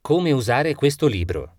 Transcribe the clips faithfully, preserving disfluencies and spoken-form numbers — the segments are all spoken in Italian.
Come usare questo libro.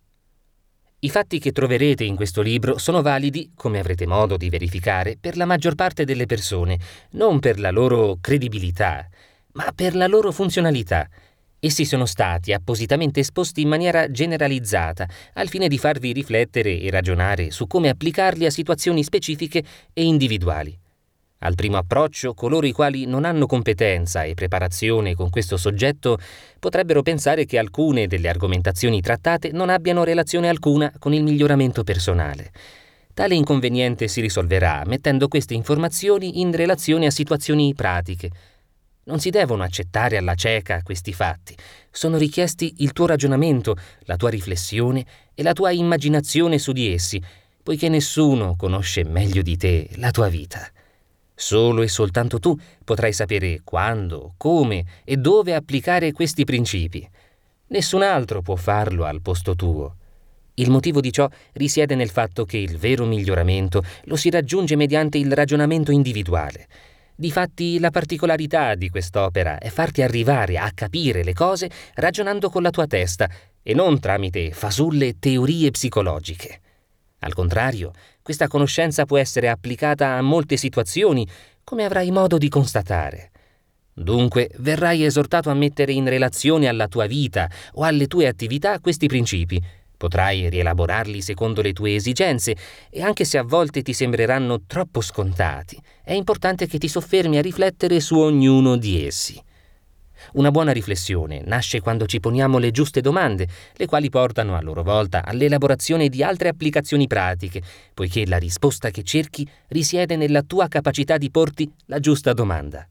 I fatti che troverete in questo libro sono validi, come avrete modo di verificare, per la maggior parte delle persone, non per la loro credibilità, ma per la loro funzionalità. Essi sono stati appositamente esposti in maniera generalizzata, al fine di farvi riflettere e ragionare su come applicarli a situazioni specifiche e individuali. Al primo approccio, coloro i quali non hanno competenza e preparazione con questo soggetto potrebbero pensare che alcune delle argomentazioni trattate non abbiano relazione alcuna con il miglioramento personale. Tale inconveniente si risolverà mettendo queste informazioni in relazione a situazioni pratiche. Non si devono accettare alla cieca questi fatti. Sono richiesti il tuo ragionamento, la tua riflessione e la tua immaginazione su di essi, poiché nessuno conosce meglio di te la tua vita. Solo e soltanto tu potrai sapere quando, come e dove applicare questi principi. Nessun altro può farlo al posto tuo. Il motivo di ciò risiede nel fatto che il vero miglioramento lo si raggiunge mediante il ragionamento individuale. Difatti, la particolarità di quest'opera è farti arrivare a capire le cose ragionando con la tua testa e non tramite fasulle teorie psicologiche. Al contrario, questa conoscenza può essere applicata a molte situazioni, come avrai modo di constatare. Dunque, verrai esortato a mettere in relazione alla tua vita o alle tue attività questi principi. Potrai rielaborarli secondo le tue esigenze e anche se a volte ti sembreranno troppo scontati, è importante che ti soffermi a riflettere su ognuno di essi. Una buona riflessione nasce quando ci poniamo le giuste domande, le quali portano a loro volta all'elaborazione di altre applicazioni pratiche, poiché la risposta che cerchi risiede nella tua capacità di porti la giusta domanda.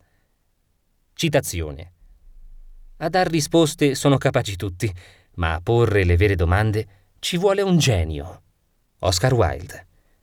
Citazione. A dar risposte sono capaci tutti, ma a porre le vere domande ci vuole un genio. Oscar Wilde.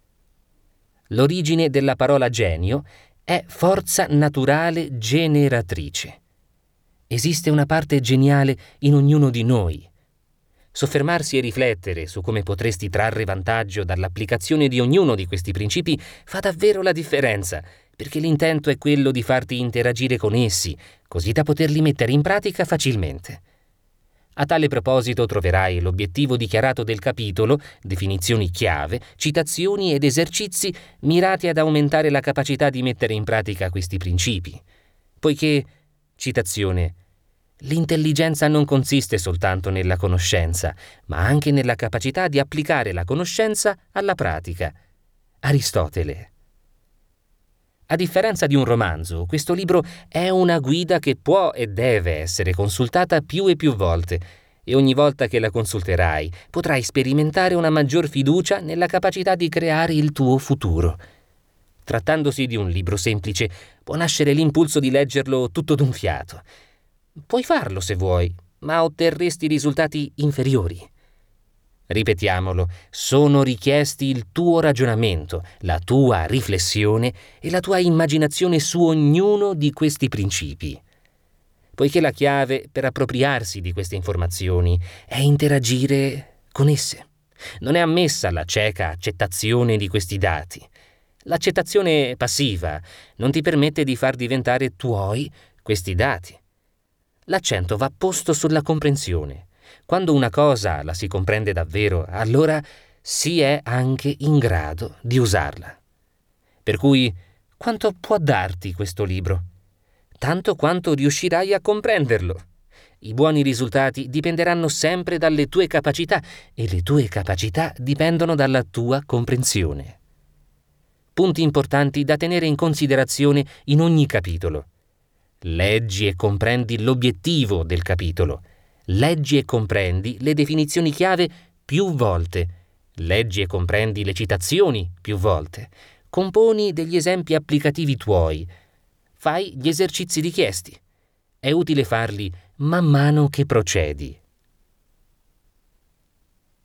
L'origine della parola genio è forza naturale generatrice. Esiste una parte geniale in ognuno di noi. Soffermarsi e riflettere su come potresti trarre vantaggio dall'applicazione di ognuno di questi principi fa davvero la differenza, perché l'intento è quello di farti interagire con essi, così da poterli mettere in pratica facilmente. A tale proposito troverai l'obiettivo dichiarato del capitolo, definizioni chiave, citazioni ed esercizi mirati ad aumentare la capacità di mettere in pratica questi principi. Poiché, citazione, l'intelligenza non consiste soltanto nella conoscenza, ma anche nella capacità di applicare la conoscenza alla pratica. Aristotele. A differenza di un romanzo, questo libro è una guida che può e deve essere consultata più e più volte, e ogni volta che la consulterai potrai sperimentare una maggior fiducia nella capacità di creare il tuo futuro. Trattandosi di un libro semplice, può nascere l'impulso di leggerlo tutto d'un fiato. Puoi farlo se vuoi, ma otterresti risultati inferiori. Ripetiamolo, sono richiesti il tuo ragionamento, la tua riflessione e la tua immaginazione su ognuno di questi principi. Poiché la chiave per appropriarsi di queste informazioni è interagire con esse. Non è ammessa la cieca accettazione di questi dati. L'accettazione passiva non ti permette di far diventare tuoi questi dati. L'accento va posto sulla comprensione. Quando una cosa la si comprende davvero, allora si è anche in grado di usarla. Per cui, quanto può darti questo libro? Tanto quanto riuscirai a comprenderlo. I buoni risultati dipenderanno sempre dalle tue capacità e le tue capacità dipendono dalla tua comprensione. Punti importanti da tenere in considerazione in ogni capitolo. Leggi e comprendi l'obiettivo del capitolo. Leggi e comprendi le definizioni chiave più volte. Leggi e comprendi le citazioni più volte. Componi degli esempi applicativi tuoi. Fai gli esercizi richiesti. È utile farli man mano che procedi.